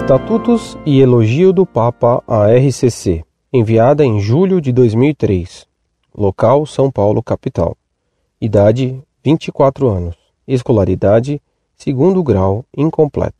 Estatutos e Elogio do Papa à RCC, enviada em julho de 2003. Local: São Paulo, capital. Idade: 24 anos. Escolaridade: segundo grau, incompleto.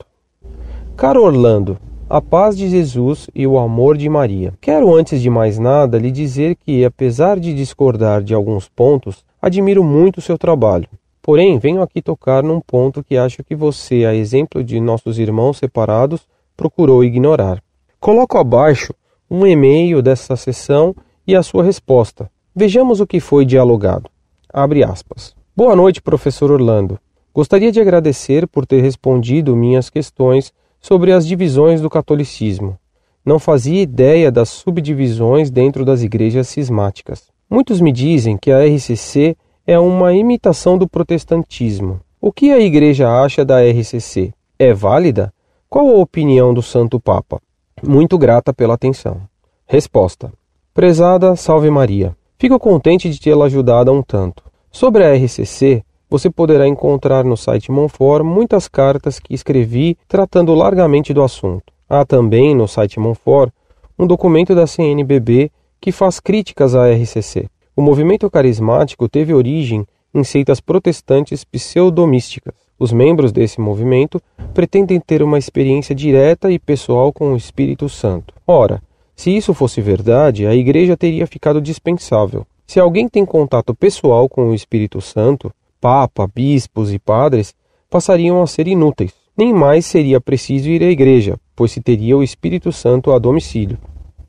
Caro Orlando, a paz de Jesus e o amor de Maria. Quero, antes de mais nada, lhe dizer que, apesar de discordar de alguns pontos, admiro muito o seu trabalho. Porém, venho aqui tocar num ponto que acho que você, a exemplo de nossos irmãos separados, procurou ignorar. Coloco abaixo um e-mail dessa sessão e a sua resposta. Vejamos o que foi dialogado. Abre aspas. Boa noite, professor Orlando. Gostaria de agradecer por ter respondido minhas questões sobre as divisões do catolicismo. Não fazia ideia das subdivisões dentro das igrejas cismáticas. Muitos me dizem que a RCC é uma imitação do protestantismo. O que a igreja acha da RCC? É válida? Qual a opinião do Santo Papa? Muito grata pela atenção. Resposta. Prezada Salve Maria. Fico contente de tê-la ajudado um tanto. Sobre a RCC, você poderá encontrar no site Monfort muitas cartas que escrevi tratando largamente do assunto. Há também no site Monfort um documento da CNBB que faz críticas à RCC. O movimento carismático teve origem em seitas protestantes pseudomísticas. Os membros desse movimento pretendem ter uma experiência direta e pessoal com o Espírito Santo. Ora, se isso fosse verdade, a igreja teria ficado dispensável. Se alguém tem contato pessoal com o Espírito Santo, Papa, bispos e padres passariam a ser inúteis. Nem mais seria preciso ir à igreja, pois se teria o Espírito Santo a domicílio.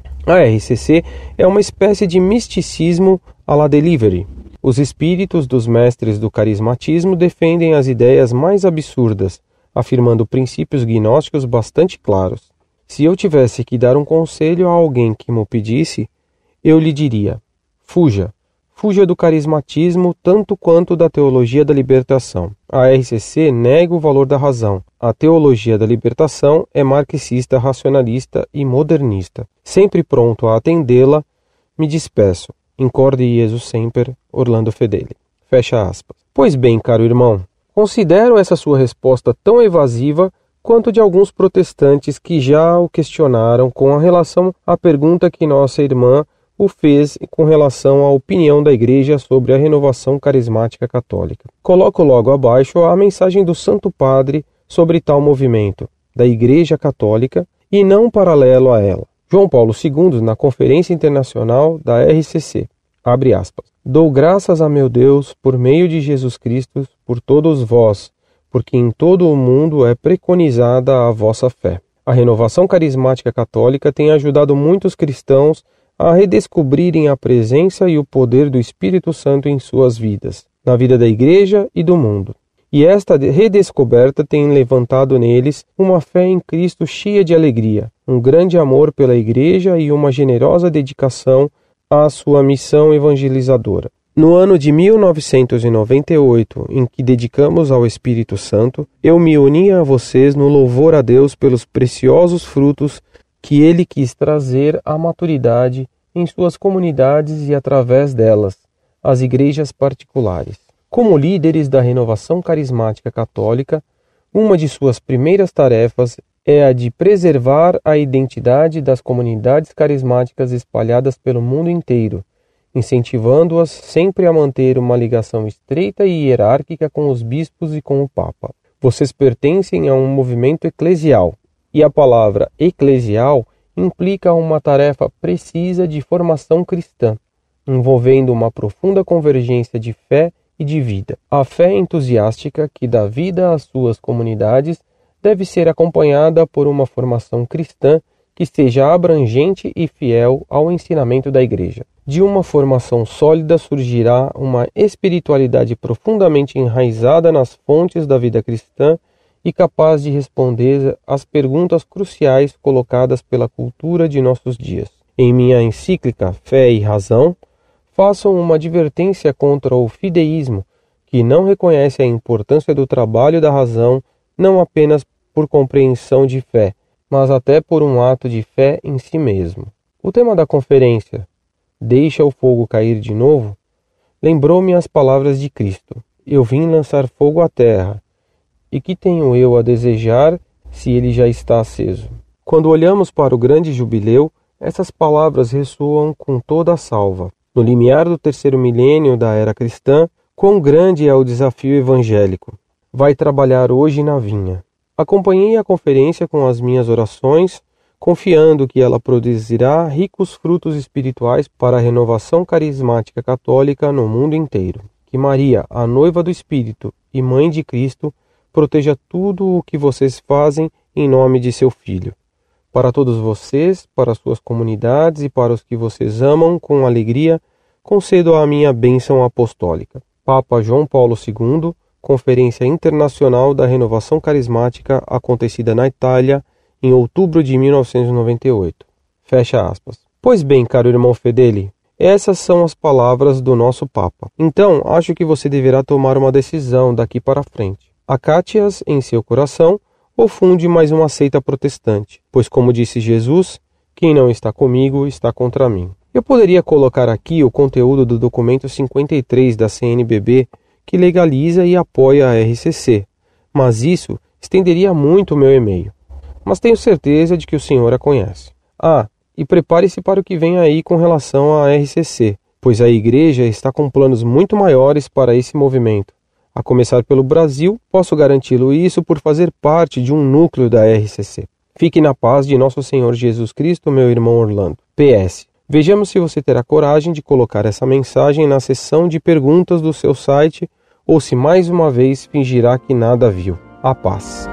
A RCC é uma espécie de misticismo à la Delivery. Os espíritos dos mestres do carismatismo defendem as ideias mais absurdas, afirmando princípios gnósticos bastante claros. Se eu tivesse que dar um conselho a alguém que me pedisse, eu lhe diria: fuja. Fuja do carismatismo tanto quanto da teologia da libertação. A RCC nega o valor da razão. A teologia da libertação é marxista, racionalista e modernista. Sempre pronto a atendê-la, me despeço. Incorde Jesus Semper, Orlando Fedeli. Fecha aspas. Pois bem, caro irmão, considero essa sua resposta tão evasiva quanto de alguns protestantes que já o questionaram com a relação à pergunta que nossa irmã o fez com relação à opinião da Igreja sobre a renovação carismática católica. Coloco logo abaixo a mensagem do Santo Padre sobre tal movimento, da Igreja Católica, e não paralelo a ela. João Paulo II, na Conferência Internacional da RCC, abre aspas, dou graças a meu Deus por meio de Jesus Cristo por todos vós, porque em todo o mundo é preconizada a vossa fé. A renovação carismática católica tem ajudado muitos cristãos a redescobrirem a presença e o poder do Espírito Santo em suas vidas, na vida da Igreja e do mundo. E esta redescoberta tem levantado neles uma fé em Cristo cheia de alegria, um grande amor pela Igreja e uma generosa dedicação à sua missão evangelizadora. No ano de 1998, em que dedicamos ao Espírito Santo, eu me uni a vocês no louvor a Deus pelos preciosos frutos que ele quis trazer à maturidade em suas comunidades e através delas, as igrejas particulares. Como líderes da renovação carismática católica, uma de suas primeiras tarefas é a de preservar a identidade das comunidades carismáticas espalhadas pelo mundo inteiro, incentivando-as sempre a manter uma ligação estreita e hierárquica com os bispos e com o Papa. Vocês pertencem a um movimento eclesial, e a palavra eclesial implica uma tarefa precisa de formação cristã, envolvendo uma profunda convergência de fé e de vida. A fé entusiástica que dá vida às suas comunidades deve ser acompanhada por uma formação cristã que seja abrangente e fiel ao ensinamento da Igreja. De uma formação sólida surgirá uma espiritualidade profundamente enraizada nas fontes da vida cristã e capaz de responder às perguntas cruciais colocadas pela cultura de nossos dias. Em minha encíclica Fé e Razão, façam uma advertência contra o fideísmo, que não reconhece a importância do trabalho da razão não apenas por compreensão de fé, mas até por um ato de fé em si mesmo. O tema da conferência, Deixa o fogo cair de novo, lembrou-me as palavras de Cristo. Eu vim lançar fogo à terra, e que tenho eu a desejar se ele já está aceso? Quando olhamos para o grande jubileu, essas palavras ressoam com toda a salva. No limiar do terceiro milênio da era cristã, quão grande é o desafio evangélico. Vai trabalhar hoje na vinha. Acompanhei a conferência com as minhas orações, confiando que ela produzirá ricos frutos espirituais para a renovação carismática católica no mundo inteiro. Que Maria, a noiva do Espírito e mãe de Cristo, proteja tudo o que vocês fazem em nome de seu Filho. Para todos vocês, para suas comunidades e para os que vocês amam com alegria, concedo a minha bênção apostólica. Papa João Paulo II, Conferência Internacional da Renovação Carismática, acontecida na Itália, em outubro de 1998. Fecha aspas. Pois bem, caro irmão Fedeli, essas são as palavras do nosso Papa. Então, acho que você deverá tomar uma decisão daqui para frente. Acate-as em seu coração ou funde mais uma seita protestante, pois, como disse Jesus, quem não está comigo está contra mim. Eu poderia colocar aqui o conteúdo do documento 53 da CNBB, que legaliza e apoia a RCC, mas isso estenderia muito o meu e-mail. Mas tenho certeza de que o senhor a conhece. E prepare-se para o que vem aí com relação à RCC, pois a Igreja está com planos muito maiores para esse movimento. A começar pelo Brasil, posso garanti-lo isso por fazer parte de um núcleo da RCC. Fique na paz de nosso Senhor Jesus Cristo, meu irmão Orlando. PS. Vejamos se você terá coragem de colocar essa mensagem na seção de perguntas do seu site ou se mais uma vez fingirá que nada viu. A paz.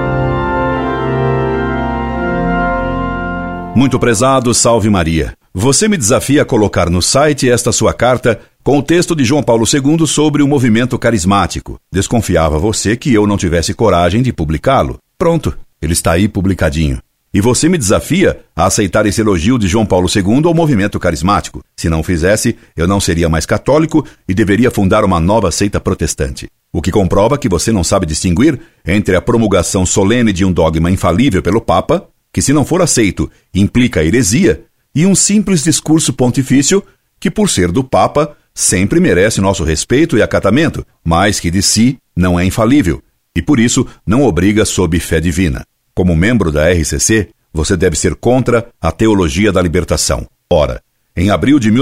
Muito prezado, salve Maria. Você me desafia a colocar no site esta sua carta com o texto de João Paulo II sobre o movimento carismático. Desconfiava você que eu não tivesse coragem de publicá-lo. Pronto, ele está aí publicadinho. E você me desafia a aceitar esse elogio de João Paulo II ao movimento carismático. Se não fizesse, eu não seria mais católico e deveria fundar uma nova seita protestante. O que comprova que você não sabe distinguir entre a promulgação solene de um dogma infalível pelo Papa, que se não for aceito implica heresia, e um simples discurso pontifício que, por ser do Papa, sempre merece nosso respeito e acatamento, mas que de si não é infalível, e por isso não obriga sob fé divina. Como membro da RCC, você deve ser contra a teologia da libertação. Ora, em abril de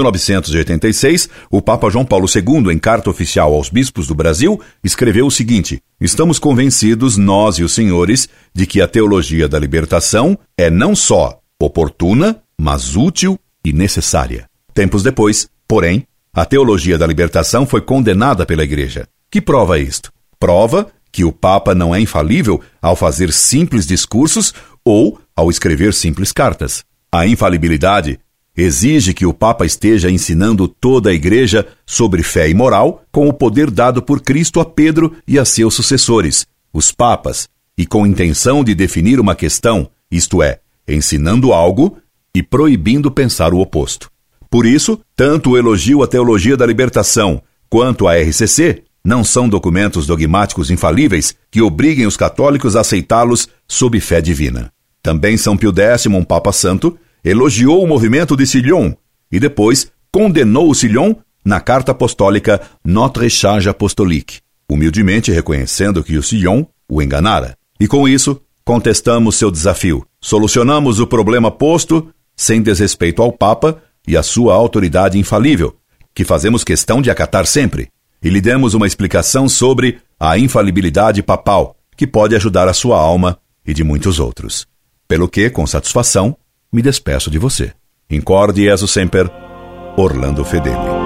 1986, o Papa João Paulo II, em carta oficial aos bispos do Brasil, escreveu o seguinte: estamos convencidos, nós e os senhores, de que a teologia da libertação é não só oportuna, mas útil e necessária. Tempos depois, porém, a teologia da libertação foi condenada pela Igreja. Que prova isto? Prova que o Papa não é infalível ao fazer simples discursos ou ao escrever simples cartas. A infalibilidade exige que o Papa esteja ensinando toda a Igreja sobre fé e moral com o poder dado por Cristo a Pedro e a seus sucessores, os Papas, e com intenção de definir uma questão, isto é, ensinando algo e proibindo pensar o oposto. Por isso, tanto o elogio à teologia da libertação quanto a RCC não são documentos dogmáticos infalíveis que obriguem os católicos a aceitá-los sob fé divina. Também São Pio X, um Papa Santo, elogiou o movimento de Sillon e depois condenou o Sillon na carta apostólica Notre Charge Apostolique, humildemente reconhecendo que o Sillon o enganara. E com isso, contestamos seu desafio. Solucionamos o problema posto sem desrespeito ao Papa e à sua autoridade infalível, que fazemos questão de acatar sempre. E lhe demos uma explicação sobre a infalibilidade papal, que pode ajudar a sua alma e de muitos outros. Pelo que, com satisfação, me despeço de você. Incorde Jesus Semper, Orlando Fedeli.